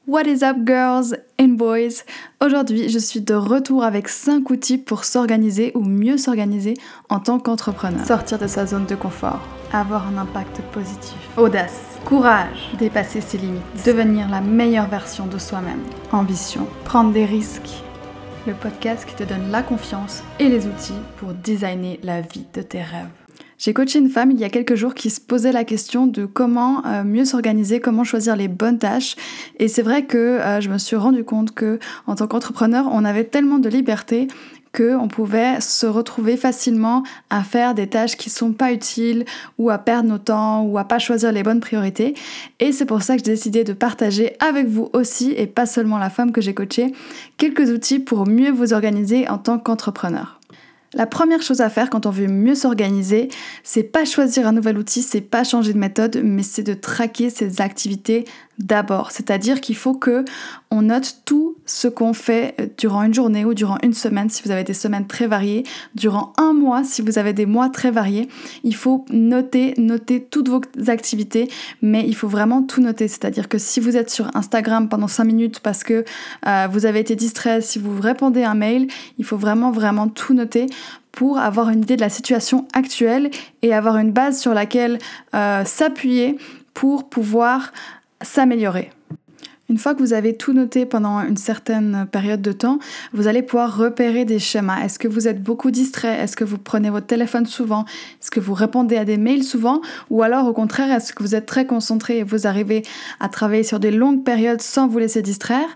What is up girls and boys? Aujourd'hui, je suis de retour avec 5 outils pour s'organiser ou mieux s'organiser en tant qu'entrepreneur. Sortir de sa zone de confort, avoir un impact positif, audace, courage, dépasser ses limites, devenir la meilleure version de soi-même, ambition, prendre des risques. Le podcast qui te donne la confiance et les outils pour designer la vie de tes rêves. J'ai coaché une femme il y a quelques jours qui se posait la question de comment mieux s'organiser, comment choisir les bonnes tâches. Et c'est vrai que je me suis rendu compte que en tant qu'entrepreneur, on avait tellement de liberté qu'on pouvait se retrouver facilement à faire des tâches qui sont pas utiles ou à perdre nos temps ou à pas choisir les bonnes priorités. Et c'est pour ça que j'ai décidé de partager avec vous aussi, et pas seulement la femme que j'ai coachée, quelques outils pour mieux vous organiser en tant qu'entrepreneur. La première chose à faire quand on veut mieux s'organiser, c'est pas choisir un nouvel outil, c'est pas changer de méthode, mais c'est de traquer ses activités d'abord. C'est-à-dire qu'il faut que on note tout ce qu'on fait durant une journée ou durant une semaine, si vous avez des semaines très variées, durant un mois, si vous avez des mois très variés. Il faut noter toutes vos activités, mais il faut vraiment tout noter. C'est-à-dire que si vous êtes sur Instagram pendant 5 minutes parce que vous avez été distrait, si vous répondez à un mail, il faut vraiment tout noter pour avoir une idée de la situation actuelle et avoir une base sur laquelle s'appuyer pour pouvoir s'améliorer. Une fois que vous avez tout noté pendant une certaine période de temps, vous allez pouvoir repérer des schémas. Est-ce que vous êtes beaucoup distrait? Est-ce que vous prenez votre téléphone souvent? Est-ce que vous répondez à des mails souvent? Ou alors au contraire, est-ce que vous êtes très concentré et vous arrivez à travailler sur des longues périodes sans vous laisser distraire?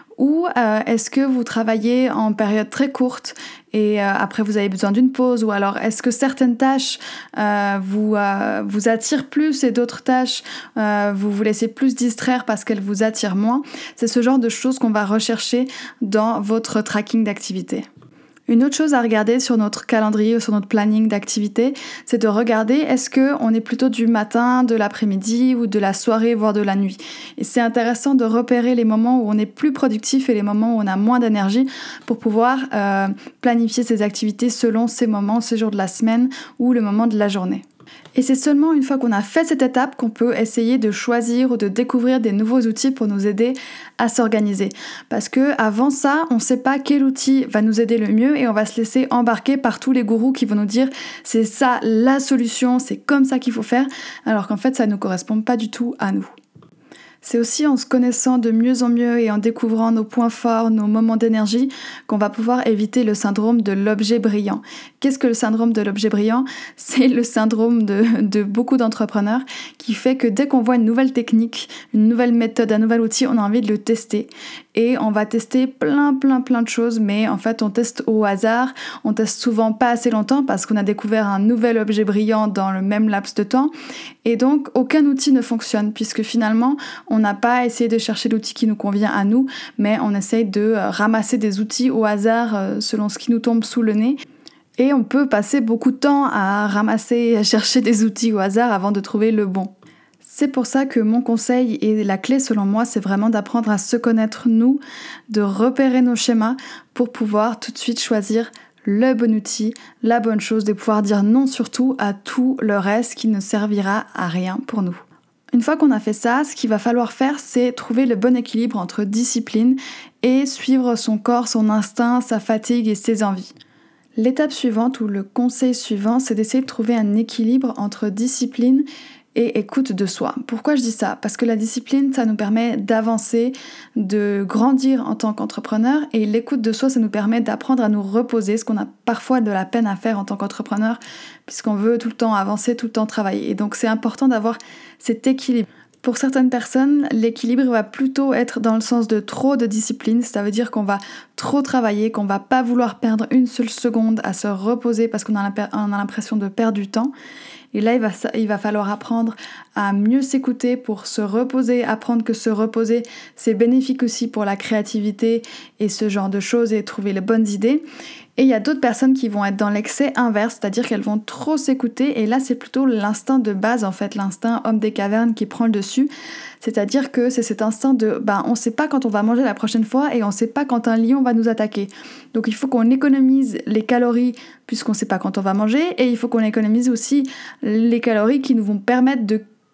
Ou est-ce que vous travaillez en période très courte et après vous avez besoin d'une pause? Ou alors est-ce que certaines tâches vous attirent plus et d'autres tâches vous vous laissez plus distraire parce qu'elles vous attirent moins? C'est ce genre de choses qu'on va rechercher dans votre tracking d'activité. Une autre chose à regarder sur notre calendrier ou sur notre planning d'activité, c'est de regarder est-ce qu'on est plutôt du matin, de l'après-midi ou de la soirée, voire de la nuit. Et c'est intéressant de repérer les moments où on est plus productif et les moments où on a moins d'énergie pour pouvoir planifier ses activités selon ces moments, ces jours de la semaine ou le moment de la journée. Et c'est seulement une fois qu'on a fait cette étape qu'on peut essayer de choisir ou de découvrir des nouveaux outils pour nous aider à s'organiser. Parce que avant ça, on ne sait pas quel outil va nous aider le mieux et on va se laisser embarquer par tous les gourous qui vont nous dire c'est ça la solution, c'est comme ça qu'il faut faire, alors qu'en fait ça ne correspond pas du tout à nous. C'est aussi en se connaissant de mieux en mieux et en découvrant nos points forts, nos moments d'énergie, qu'on va pouvoir éviter le syndrome de l'objet brillant. Qu'est-ce que le syndrome de l'objet brillant? C'est le syndrome de beaucoup d'entrepreneurs qui fait que dès qu'on voit une nouvelle technique, une nouvelle méthode, un nouvel outil, on a envie de le tester. Et on va tester plein de choses, mais en fait on teste au hasard, on teste souvent pas assez longtemps parce qu'on a découvert un nouvel objet brillant dans le même laps de temps. Et donc aucun outil ne fonctionne puisque finalement on n'a pas essayé de chercher l'outil qui nous convient à nous, mais on essaye de ramasser des outils au hasard selon ce qui nous tombe sous le nez. Et on peut passer beaucoup de temps à ramasser, à chercher des outils au hasard avant de trouver le bon. C'est pour ça que mon conseil et la clé selon moi, c'est vraiment d'apprendre à se connaître nous, de repérer nos schémas pour pouvoir tout de suite choisir le bon outil, la bonne chose, de pouvoir dire non surtout à tout le reste qui ne servira à rien pour nous. Une fois qu'on a fait ça, ce qu'il va falloir faire, c'est trouver le bon équilibre entre discipline et suivre son corps, son instinct, sa fatigue et ses envies. L'étape suivante ou le conseil suivant, c'est d'essayer de trouver un équilibre entre discipline et écoute de soi. Pourquoi je dis ça? Parce que la discipline, ça nous permet d'avancer, de grandir en tant qu'entrepreneur, et l'écoute de soi, ça nous permet d'apprendre à nous reposer, ce qu'on a parfois de la peine à faire en tant qu'entrepreneur, puisqu'on veut tout le temps avancer, tout le temps travailler. Et donc c'est important d'avoir cet équilibre. Pour certaines personnes, l'équilibre va plutôt être dans le sens de trop de discipline, ça veut dire qu'on va trop travailler, qu'on va pas vouloir perdre une seule seconde à se reposer parce qu'on a l'impression de perdre du temps. Et là, il va falloir apprendre à mieux s'écouter pour se reposer, apprendre que se reposer, c'est bénéfique aussi pour la créativité et ce genre de choses et trouver les bonnes idées. Et il y a d'autres personnes qui vont être dans l'excès inverse, c'est-à-dire qu'elles vont trop s'écouter, et là c'est plutôt l'instinct de base en fait, l'instinct homme des cavernes qui prend le dessus, c'est-à-dire que c'est cet instinct de on sait pas quand on va manger la prochaine fois et on sait pas quand un lion va nous attaquer. Donc il faut qu'on économise les calories puisqu'on sait pas quand on va manger, et il faut qu'on économise aussi les calories qui nous vont permettre de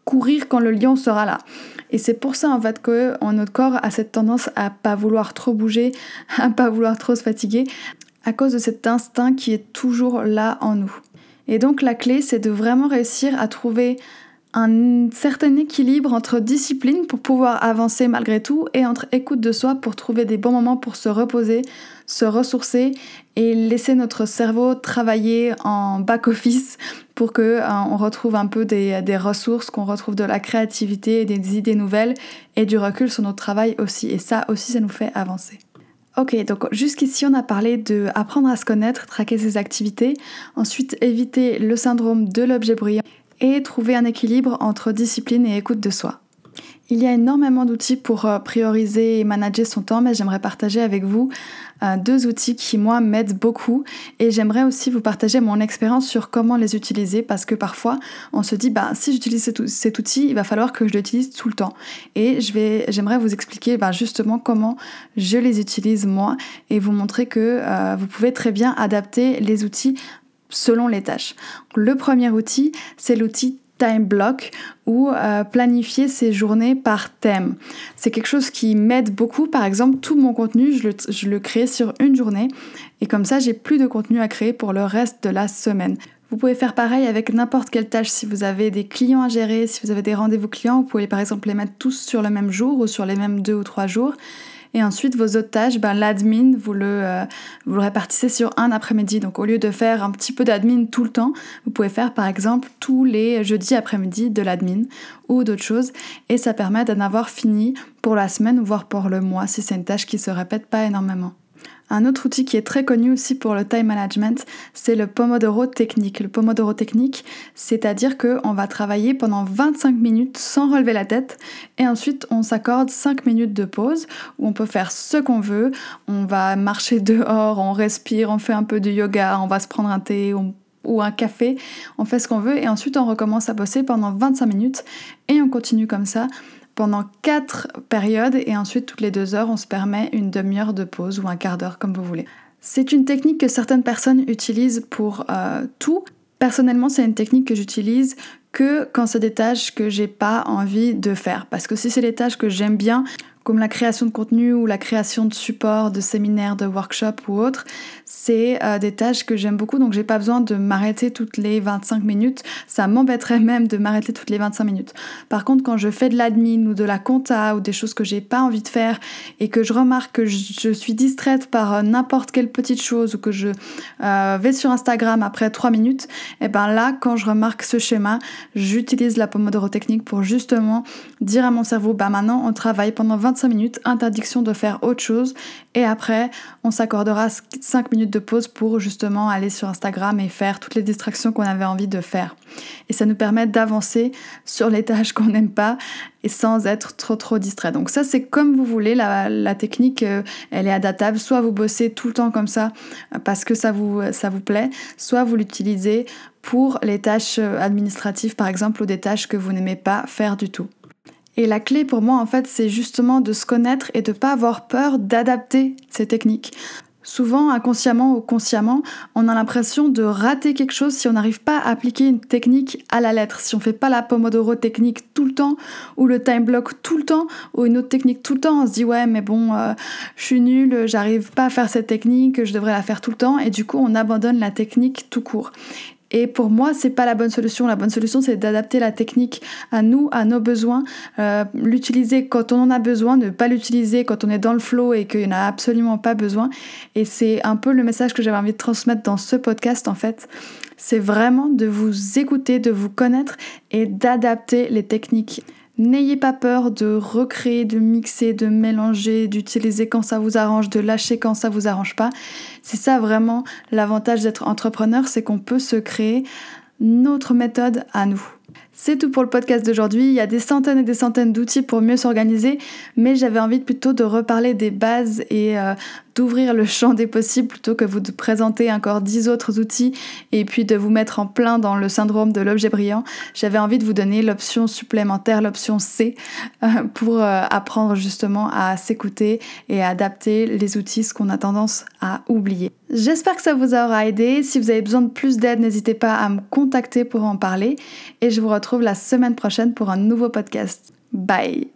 courir quand le lion sera là. Et c'est pour ça en fait que notre corps a cette tendance à pas vouloir trop bouger, à pas vouloir trop se fatiguer, à cause de cet instinct qui est toujours là en nous. Et donc la clé, c'est de vraiment réussir à trouver un certain équilibre entre discipline pour pouvoir avancer malgré tout et entre écoute de soi pour trouver des bons moments pour se reposer, se ressourcer et laisser notre cerveau travailler en back-office pour qu'on retrouve un peu des ressources, qu'on retrouve de la créativité, des idées nouvelles et du recul sur notre travail aussi. Et ça aussi, ça nous fait avancer. Ok, donc jusqu'ici on a parlé de apprendre à se connaître, traquer ses activités, ensuite éviter le syndrome de l'objet bruyant et trouver un équilibre entre discipline et écoute de soi. Il y a énormément d'outils pour prioriser et manager son temps, mais j'aimerais partager avec vous 2 outils qui, moi, m'aident beaucoup. Et j'aimerais aussi vous partager mon expérience sur comment les utiliser, parce que parfois, on se dit, si j'utilise cet outil, il va falloir que je l'utilise tout le temps. Et j'aimerais vous expliquer justement comment je les utilise moi et vous montrer que vous pouvez très bien adapter les outils selon les tâches. Le premier outil, c'est l'outil Time Block ou planifier ses journées par thème. C'est quelque chose qui m'aide beaucoup. Par exemple, tout mon contenu, je le crée sur une journée et comme ça, j'ai plus de contenu à créer pour le reste de la semaine. Vous pouvez faire pareil avec n'importe quelle tâche. Si vous avez des clients à gérer, si vous avez des rendez-vous clients, vous pouvez par exemple les mettre tous sur le même jour ou sur les mêmes 2 ou 3 jours. Et ensuite, vos autres tâches, l'admin, vous le répartissez sur un après-midi. Donc, au lieu de faire un petit peu d'admin tout le temps, vous pouvez faire, par exemple, tous les jeudis après-midi de l'admin ou d'autres choses. Et ça permet d'en avoir fini pour la semaine ou voire pour le mois, si c'est une tâche qui se répète pas énormément. Un autre outil qui est très connu aussi pour le time management, c'est le Pomodoro technique. Le Pomodoro technique, c'est-à-dire qu'on va travailler pendant 25 minutes sans relever la tête et ensuite on s'accorde 5 minutes de pause où on peut faire ce qu'on veut. On va marcher dehors, on respire, on fait un peu de yoga, on va se prendre un thé ou un café, on fait ce qu'on veut et ensuite on recommence à bosser pendant 25 minutes et on continue comme ça pendant 4 périodes et ensuite toutes les 2 heures on se permet une demi-heure de pause ou un quart d'heure comme vous voulez. C'est une technique que certaines personnes utilisent pour tout. Personnellement, c'est une technique que j'utilise que quand c'est des tâches que j'ai pas envie de faire. Parce que si c'est des tâches que j'aime bien, comme la création de contenu ou la création de supports, de séminaires, de workshops ou autres, c'est des tâches que j'aime beaucoup, donc j'ai pas besoin de m'arrêter toutes les 25 minutes. Ça m'embêterait même de m'arrêter toutes les 25 minutes. Par contre, quand je fais de l'admin ou de la compta ou des choses que j'ai pas envie de faire et que je remarque que je suis distraite par n'importe quelle petite chose ou que je vais sur Instagram après 3 minutes, et là, quand je remarque ce schéma, j'utilise la Pomodoro technique pour justement dire à mon cerveau, maintenant on travaille pendant 25 minutes, interdiction de faire autre chose et après on s'accordera 5 minutes de pause pour justement aller sur Instagram et faire toutes les distractions qu'on avait envie de faire. Et ça nous permet d'avancer sur les tâches qu'on n'aime pas et sans être trop distrait. Donc ça c'est comme vous voulez, la technique elle est adaptable, soit vous bossez tout le temps comme ça parce que ça vous plaît, soit vous l'utilisez pour les tâches administratives par exemple ou des tâches que vous n'aimez pas faire du tout. Et la clé pour moi en fait c'est justement de se connaître et de ne pas avoir peur d'adapter ces techniques. Souvent, inconsciemment ou consciemment, on a l'impression de rater quelque chose si on n'arrive pas à appliquer une technique à la lettre. Si on fait pas la Pomodoro technique tout le temps, ou le time block tout le temps, ou une autre technique tout le temps, on se dit ouais mais bon, je suis nulle, j'arrive pas à faire cette technique, je devrais la faire tout le temps, et du coup on abandonne la technique tout court. Et pour moi, c'est pas la bonne solution. La bonne solution, c'est d'adapter la technique à nous, à nos besoins, l'utiliser quand on en a besoin, ne pas l'utiliser quand on est dans le flow et qu'il n'y en a absolument pas besoin. Et c'est un peu le message que j'avais envie de transmettre dans ce podcast, en fait. C'est vraiment de vous écouter, de vous connaître et d'adapter les techniques. N'ayez pas peur de recréer, de mixer, de mélanger, d'utiliser quand ça vous arrange, de lâcher quand ça vous arrange pas. C'est ça vraiment l'avantage d'être entrepreneur, c'est qu'on peut se créer notre méthode à nous. C'est tout pour le podcast d'aujourd'hui. Il y a des centaines et des centaines d'outils pour mieux s'organiser, mais j'avais envie plutôt de reparler des bases et d'ouvrir le champ des possibles plutôt que vous de présenter encore 10 autres outils et puis de vous mettre en plein dans le syndrome de l'objet brillant. J'avais envie de vous donner l'option supplémentaire, l'option C, pour apprendre justement à s'écouter et à adapter les outils, ce qu'on a tendance à oublier. J'espère que ça vous aura aidé. Si vous avez besoin de plus d'aide, n'hésitez pas à me contacter pour en parler. Et je vous retrouve la semaine prochaine pour un nouveau podcast. Bye!